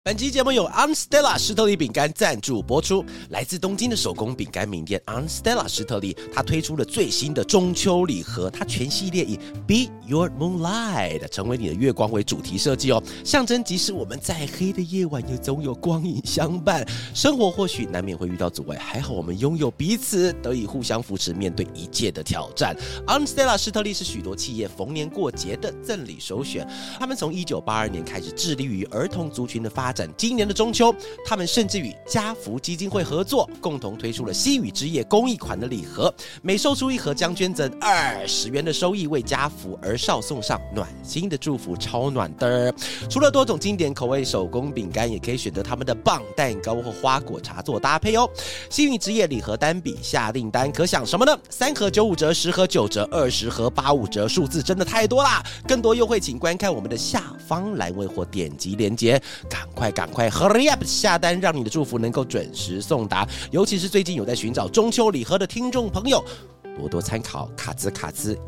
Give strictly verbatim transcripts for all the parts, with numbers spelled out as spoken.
本期节目由 Anstella 石头梨饼干赞助播出。来自东京的手工饼干名店 Anstella 石头梨，它推出了最新的中秋礼盒，它全系列以 Be Your Moonlight 成为你的月光为主题设计哦，象征即使我们在黑的夜晚，也总有光影相伴。生活或许难免会遇到阻碍，还好我们拥有彼此，得以互相扶持，面对一切的挑战。Anstella 石头梨是许多企业逢年过节的赠礼首选。他们从一九八二年开始致力于儿童族群的发展。今年的中秋，他们甚至与家福基金会合作，共同推出了西语之夜公益款的礼盒，每售出一盒将捐赠二十元的收益，为家福儿少送上暖心的祝福，超暖的。除了多种经典口味手工饼干，也可以选择他们的棒蛋糕或花果茶做搭配哦。西语之夜礼盒单笔下订单可享什么呢？三盒九五折，十盒九折，二十盒八五折，数字真的太多啦！更多优惠请观看我们的下方栏位或点击连结，赶快赶快 hurry up 下单，让你的祝福能够准时送达。尤其是最近有在寻找中秋礼盒的听众朋友，多多参考卡兹卡兹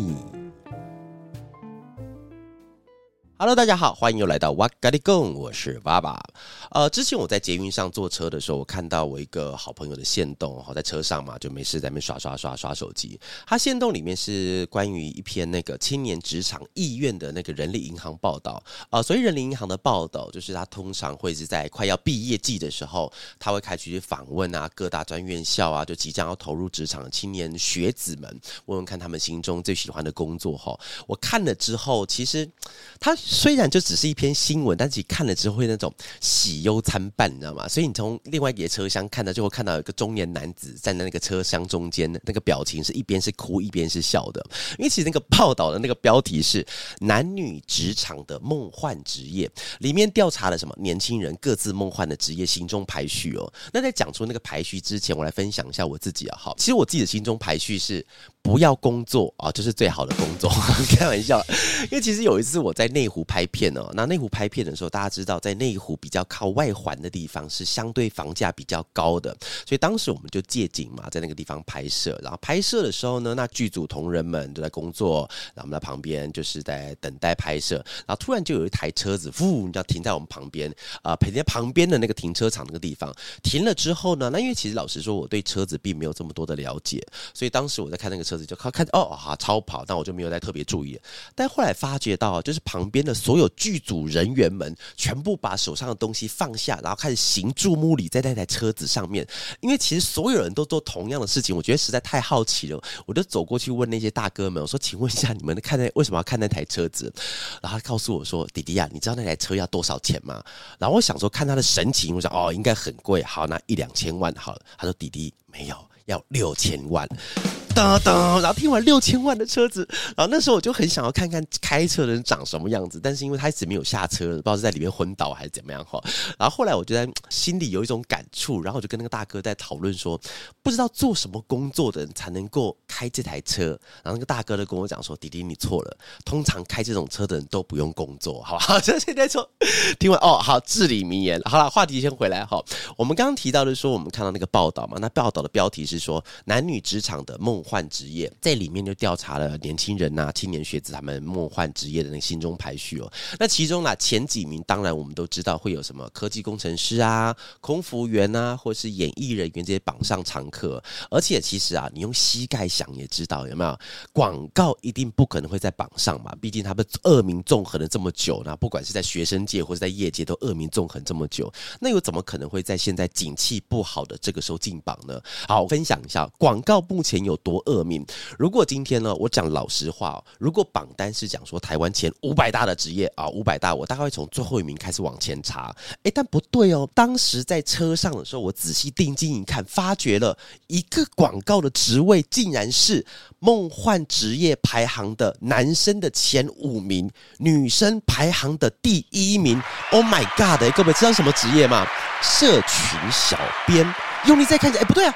Yummy。Hello， 大家好，欢迎又来到哇嘎哩贡，我是爸爸。呃，之前我在捷运上坐车的时候，我看到我一个好朋友的限动，在车上嘛，就没事在那边刷刷刷刷手机。他限动里面是关于一篇那个青年职场意愿的那个人力银行报道。呃，所以人力银行的报道，就是他通常会是在快要毕业季的时候，他会开始去访问啊各大专院校啊，就即将要投入职场的青年学子们，问问看他们心中最喜欢的工作哈。我看了之后，其实他。虽然就只是一篇新闻，但是你看了之后会那种喜忧参半，你知道吗？所以你从另外一个车厢看到，就会看到有一个中年男子站在那个车厢中间，那个表情是一边是哭一边是笑的。因为其实那个报道的那个标题是男女职场的梦幻职业，里面调查了什么年轻人各自梦幻的职业心中排序哦。那在讲出那个排序之前，我来分享一下我自己啊。好，其实我自己的心中排序是不要工作啊，就是最好的工作。开玩笑，因为其实有一次我在内湖拍片哦，那内湖拍片的时候，大家知道在内湖比较靠外环的地方是相对房价比较高的，所以当时我们就借景嘛，在那个地方拍摄。然后拍摄的时候呢，那剧组同仁们都在工作，然后我们在旁边就是在等待拍摄。然后突然就有一台车子，呼，要停在我们旁边啊，停在旁边的那个停车场那个地方。停了之后呢，那因为其实老实说，我对车子并没有这么多的了解，所以当时我在看那个车子就看哦，好超跑，但我就没有再特别注意。但后来发觉到，就是旁边的所有剧组人员们全部把手上的东西放下，然后开始行注目礼在那台车子上面。因为其实所有人都做同样的事情，我觉得实在太好奇了，我就走过去问那些大哥们，我说请问一下，你们看那为什么要看那台车子？然后他告诉我说，弟弟啊，你知道那台车要多少钱吗？然后我想说看他的神情，我想哦应该很贵，好，那一两千万好了。他说弟弟没有，要六千万。噔噔，然后听完六千万的车子，然后那时候我就很想要看看开车的人长什么样子，但是因为他一直没有下车，不知道是在里面昏倒还是怎么样哈。然后后来我就在心里有一种感触，然后我就跟那个大哥在讨论说，不知道做什么工作的人才能够开这台车。然后那个大哥就跟我讲说，弟弟你错了，通常开这种车的人都不用工作，好不好？就现在说，听完哦，好，至理名言。好了，话题先回来哈。我们刚刚提到的说，我们看到那个报道嘛，那报道的标题是说男女职场的梦幻职业，在里面就调查了年轻人啊、青年学子他们梦幻职业的那个心中排序哦。那其中呢，前几名当然我们都知道会有什么科技工程师啊、空服员啊，或是演艺人员这些榜上常客。而且其实啊，你用膝盖想也知道，有没有广告一定不可能会在榜上嘛？毕竟他们恶名纵横了这么久，那不管是在学生界或是在业界都恶名纵横这么久，那又怎么可能会在现在景气不好的这个时候进榜呢？好，分享一下广告目前有多恶名。如果今天呢，我讲老实话哦，如果榜单是讲说台湾前五百大的职业啊，五百大，我大概会从最后一名开始往前查。哎，但不对哦，当时在车上的时候，我仔细定睛一看，发觉了一个广告的职位竟然是梦幻职业排行的男生的前五名，女生排行的第一名。Oh my god！ 各位知道什么职业吗？社群小编。用力再看一下，哎，不对啊。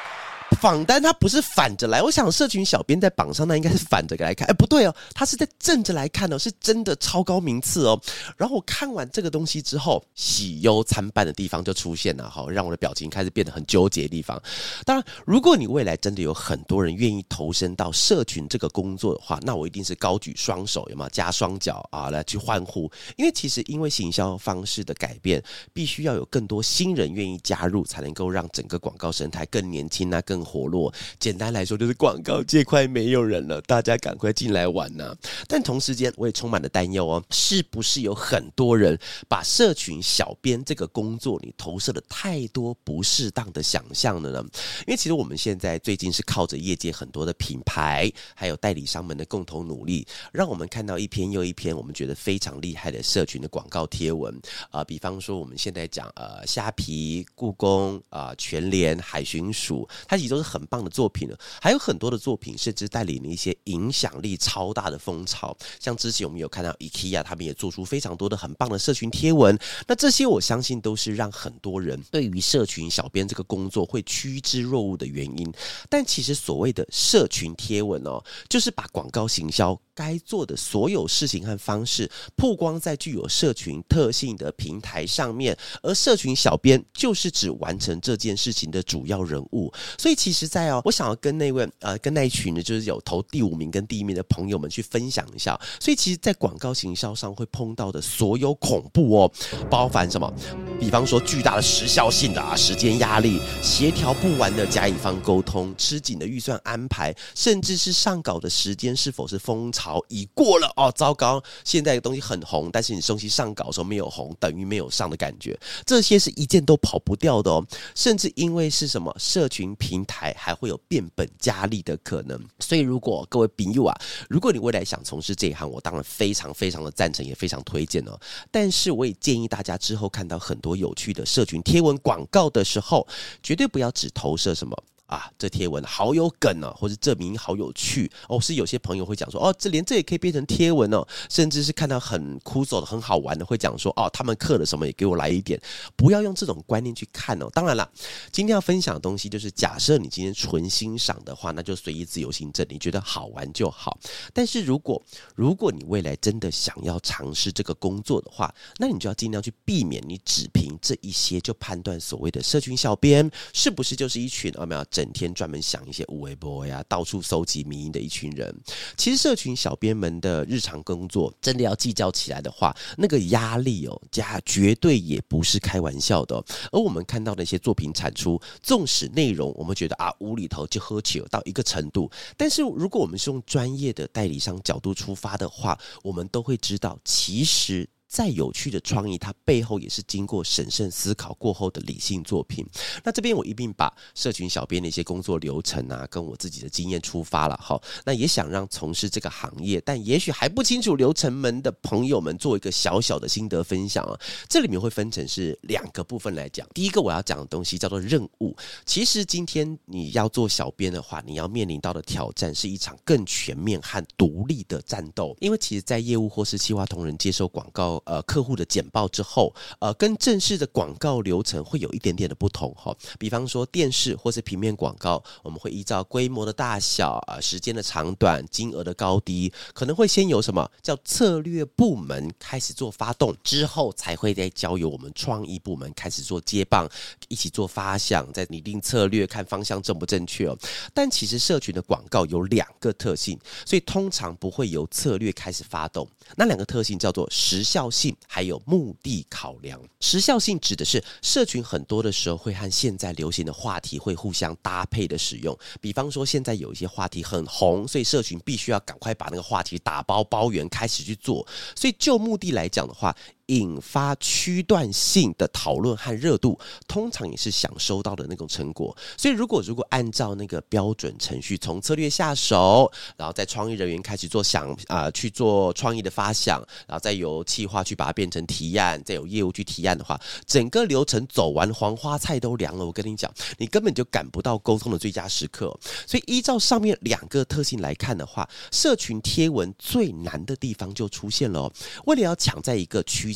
访单它不是反着来，我想社群小编在榜上那应该是反着来看，哎，不对哦，它是在正着来看哦，是真的超高名次哦。然后我看完这个东西之后，喜忧参半的地方就出现了，好，让我的表情开始变得很纠结的地方。当然，如果你未来真的有很多人愿意投身到社群这个工作的话，那我一定是高举双手，有没有加双脚啊来去欢呼？因为其实因为行销方式的改变，必须要有更多新人愿意加入，才能够让整个广告生态更年轻啊，更活络。简单来说，就是广告界快没有人了，大家赶快进来玩啊！但同时间，我也充满了担忧哦，是不是有很多人把社群小编这个工作，你投射了太多不适当的想象了呢？因为其实我们现在最近是靠着业界很多的品牌，还有代理商们的共同努力，让我们看到一篇又一篇我们觉得非常厉害的社群的广告贴文。呃，比方说我们现在讲呃虾皮、故宫、呃全联、海巡署，它其实都是很棒的作品了。还有很多的作品甚至带领了一些影响力超大的风潮，像之前我们有看到 IKEA 他们也做出非常多的很棒的社群贴文，那这些我相信都是让很多人对于社群小编这个工作会趋之若鹜的原因。但其实所谓的社群贴文哦，就是把广告行销该做的所有事情和方式曝光在具有社群特性的平台上面，而社群小编就是指完成这件事情的主要人物。所以其实在哦，我想要跟那位呃跟那一群呢，就是有投第五名跟第一名的朋友们去分享一下。所以其实在广告行销上会碰到的所有恐怖哦，包含什么？比方说巨大的时效性的啊时间压力，协调不完的甲乙方沟通，吃紧的预算安排，甚至是上稿的时间是否是风潮已过了哦，糟糕，现在的东西很红，但是你东西上稿的时候没有红，等于没有上的感觉，这些是一件都跑不掉的哦。甚至因为是什么社群平台还会有变本加厉的可能。所以如果各位朋友啊，如果你未来想从事这一行，我当然非常非常的赞成，也非常推荐哦。但是我也建议大家之后看到很多有趣的社群贴文广告的时候，绝对不要只投射什么啊，这贴文好有梗哦，或者这名好有趣哦，是有些朋友会讲说哦，这连这也可以变成贴文哦，甚至是看到很酷走的很好玩的，会讲说哦，他们刻了什么也给我来一点，不要用这种观念去看哦。当然啦，今天要分享的东西就是假设你今天纯欣赏的话，那就随意自由行政，你觉得好玩就好。但是如果如果你未来真的想要尝试这个工作的话，那你就要尽量去避免你只凭这一些就判断所谓的社群小编是不是就是一群有没有整天专门想一些有的没的呀，到处搜集迷因的一群人。其实社群小编们的日常工作真的要计较起来的话，那个压力哦，加绝对也不是开玩笑的哦。而我们看到的一些作品产出，纵使内容我们觉得啊无厘头就喝酒到一个程度，但是如果我们是用专业的代理商角度出发的话，我们都会知道，其实再有趣的创意，它背后也是经过审慎思考过后的理性作品。那这边我一并把社群小编的一些工作流程啊，跟我自己的经验出发了哈。那也想让从事这个行业，但也许还不清楚流程们的朋友们做一个小小的心得分享啊。这里面会分成是两个部分来讲。第一个我要讲的东西叫做任务。其实今天你要做小编的话，你要面临到的挑战是一场更全面和独立的战斗。因为其实在业务或是企划同仁接收广告呃，客户的简报之后，呃，跟正式的广告流程会有一点点的不同哈。比方说电视或是平面广告，我们会依照规模的大小、呃、时间的长短、金额的高低，可能会先有什么叫策略部门开始做发动，之后才会再交由我们创意部门开始做接棒，一起做发想，再拟定策略，看方向正不正确哦。但其实社群的广告有两个特性，所以通常不会由策略开始发动。那两个特性叫做时效性还有目的考量。时效性指的是社群很多的时候会和现在流行的话题会互相搭配的使用，比方说现在有一些话题很红，所以社群必须要赶快把那个话题打包包圆开始去做。所以就目的来讲的话，引发区段性的讨论和热度，通常也是想收到的那种成果。所以如果如果按照那个标准程序，从策略下手，然后在创意人员开始做想啊、呃、去做创意的发想，然后再由企划去把它变成提案，再由业务去提案的话，整个流程走完，黄花菜都凉了。我跟你讲，你根本就赶不到沟通的最佳时刻。所以依照上面两个特性来看的话，社群贴文最难的地方就出现了哦。为了要抢在一个区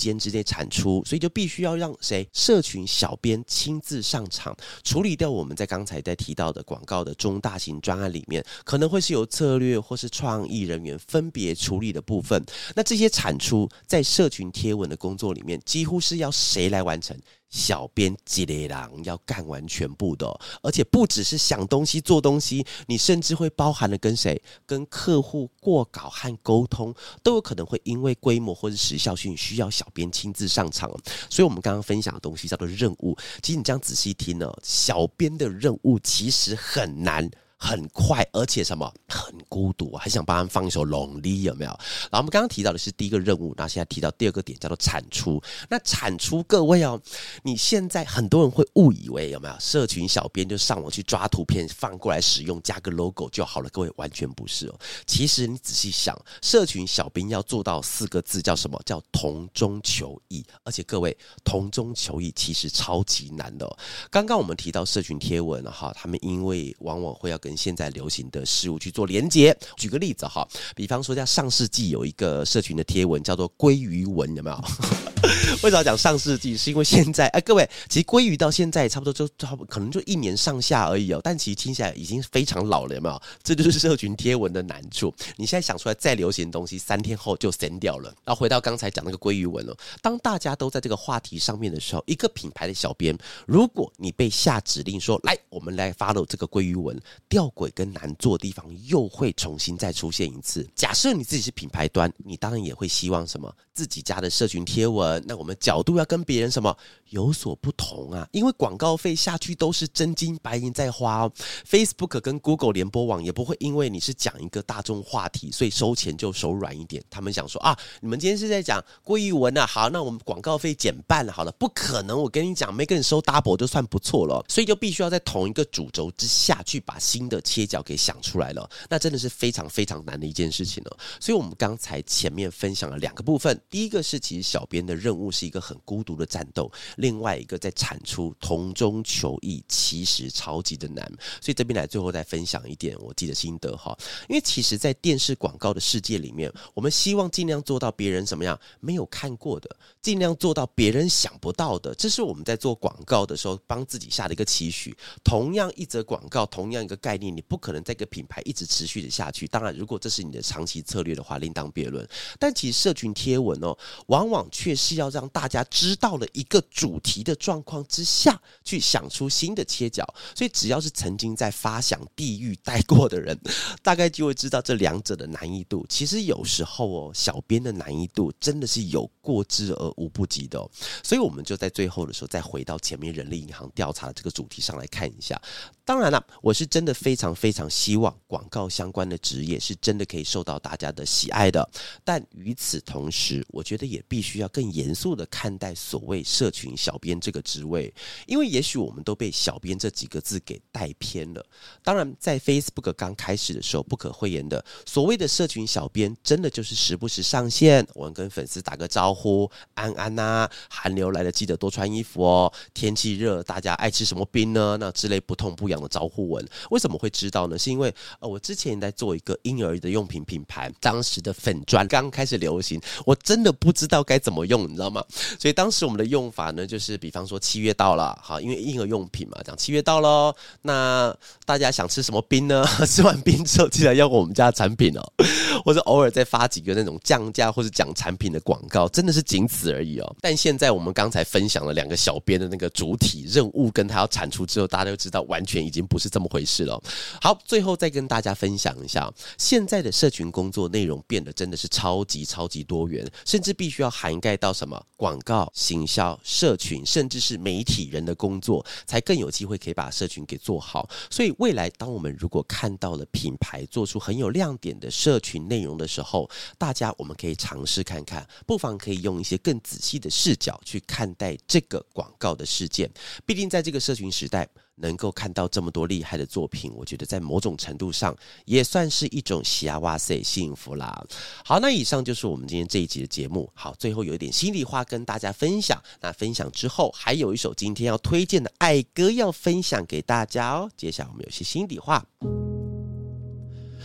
间之内产出，所以就必须要让谁？社群小编亲自上场，处理掉我们在刚才在提到的广告的中大型专案里面，可能会是由策略或是创意人员分别处理的部分。那这些产出在社群贴文的工作里面，几乎是要谁来完成？小编一个人要干完全部的、哦，而且不只是想东西做东西，你甚至会包含了跟谁、跟客户过稿和沟通，都有可能会因为规模或是时效性需要小编亲自上场。所以我们刚刚分享的东西叫做任务，其实你这样仔细听呢、哦，小编的任务其实很难。很快，而且什么很孤独，还想帮他们放一首 Lonely 有没有？然后我们刚刚提到的是第一个任务，那现在提到第二个点叫做产出。那产出各位哦，你现在很多人会误以为有没有社群小编就上网去抓图片放过来使用，加个 logo 就好了？各位完全不是哦。其实你仔细想，社群小编要做到四个字叫什么？叫同中求异。而且各位同中求异其实超级难的、哦。刚刚我们提到社群贴文哈，他们因为往往会要跟现在流行的事物去做连结。举个例子哈，比方说在上世纪有一个社群的贴文叫做鲑鱼文，有没有？为什么要讲上世纪？是因为现在哎，各位，其实鲑鱼到现在差不多就可能就一年上下而已哦，但其实听起来已经非常老了，有没有？这就是社群贴文的难处。你现在想出来再流行的东西，三天后就删掉了。然后回到刚才讲那个鲑鱼文了，当大家都在这个话题上面的时候，一个品牌的小编，如果你被下指令说，来，我们来 follow 这个鲑鱼文，吊诡跟难做的地方又会重新再出现一次。假设你自己是品牌端，你当然也会希望什么？自己家的社群贴文，那我们角度要跟别人什么有所不同啊？因为广告费下去都是真金白银在花哦。Facebook 跟 Google 联播网也不会因为你是讲一个大众话题，所以收钱就手软一点。他们想说啊，你们今天是在讲鲑鱼文啊，好，那我们广告费减半了，好了，不可能，我跟你讲，没跟你收 double 就算不错了，所以就必须要在同一个主轴之下去把新的切角给想出来了，那真的是非常非常难的一件事情了。所以我们刚才前面分享了两个部分，第一个是其实小编的任务是一个很孤独的战斗，另外一个在产出同中求异，其实超级的难。所以这边来最后再分享一点我自己的心得哈，因为其实在电视广告的世界里面，我们希望尽量做到别人怎么样没有看过的，尽量做到别人想不到的，这是我们在做广告的时候帮自己下的一个期许。同样一则广告，同样一个概念，你不可能在一个品牌一直持续的下去，当然如果这是你的长期策略的话另当别论。但其实社群贴文哦，往往却是要让大家知道了一个主题的状况之下去想出新的切角，所以只要是曾经在发想地狱待过的人，大概就会知道这两者的难易度。其实有时候哦，小编的难易度真的是有过之而无不及的哦。所以我们就在最后的时候再回到前面人力银行调查的这个主题上来看一下。当然啦，我是真的非常非常希望广告相关的职业是真的可以受到大家的喜爱的，但与此同时，我觉得也必须要更严肃的看待所谓社群小编这个职位，因为也许我们都被小编这几个字给带偏了。当然在 Facebook 刚开始的时候，不可讳言的，所谓的社群小编真的就是时不时上线，我们跟粉丝打个招呼，安安啊，寒流来了记得多穿衣服哦，天气热大家爱吃什么冰呢，那之类不痛不痒的招呼文。为什么会知道呢？是因为、呃、我之前在做一个婴儿的用品品牌，当时的粉专刚开始流行，我真的不知道该怎么用，你知道吗？所以当时我们的用法呢，就是比方说七月到了，好，因为婴儿用品嘛，讲七月到了，那大家想吃什么冰呢？吃完冰之后记得要我们家的产品哦，或者偶尔再发几个那种降价或者讲产品的广告，真的是仅此而已哦。但现在我们刚才分享了两个小编的那个主体任务跟他要产出之后，大家就知道完全已经不是这么回事了。好，最后再跟大家分享一下，现在的社群工作内容变得真的是超级超级多元，甚至必须要涵盖到什么广告、行销、社群，甚至是媒体人的工作，才更有机会可以把社群给做好。所以未来当我们如果看到了品牌做出很有亮点的社群内容的时候，大家我们可以尝试看看，不妨可以用一些更仔细的视角去看待这个广告的事件。毕竟在这个社群时代，能够看到这么多厉害的作品，我觉得在某种程度上也算是一种幸せ幸福啦。好，那以上就是我们今天这一集的节目。好，最后有一点心里话跟大家分享，那分享之后还有一首今天要推荐的爱歌要分享给大家哦。接下来我们有些心里话。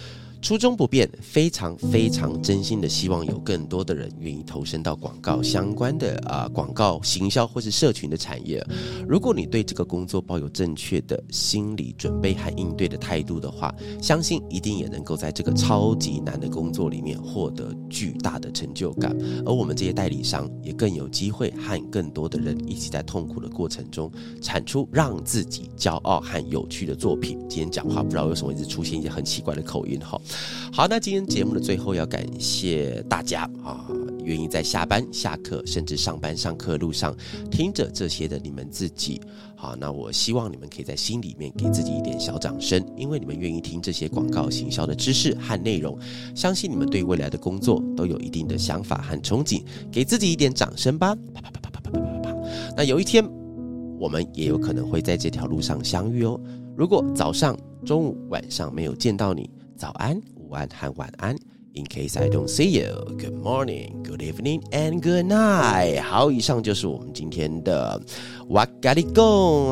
初衷不变，非常非常真心的希望有更多的人愿意投身到广告相关的啊广告行销或是社群的产业。如果你对这个工作抱有正确的心理准备和应对的态度的话，相信一定也能够在这个超级难的工作里面获得巨大的成就感。而我们这些代理商也更有机会和更多的人一起在痛苦的过程中产出让自己骄傲和有趣的作品。今天讲话不知道为什么一直出现一些很奇怪的口音。好，那今天节目的最后要感谢大家啊，愿意在下班下课甚至上班上课的路上听着这些的你们自己。好，那我希望你们可以在心里面给自己一点小掌声，因为你们愿意听这些广告行销的知识和内容，相信你们对未来的工作都有一定的想法和憧憬，给自己一点掌声吧。啪啪啪啪啪啪啪啪。那有一天我们也有可能会在这条路上相遇哦。如果早上、中午、晚上没有见到你，早安、午安和晚安。In case I don't see you, good morning, good evening, and good night. 好，以上就是我们今天的 What Got It Go。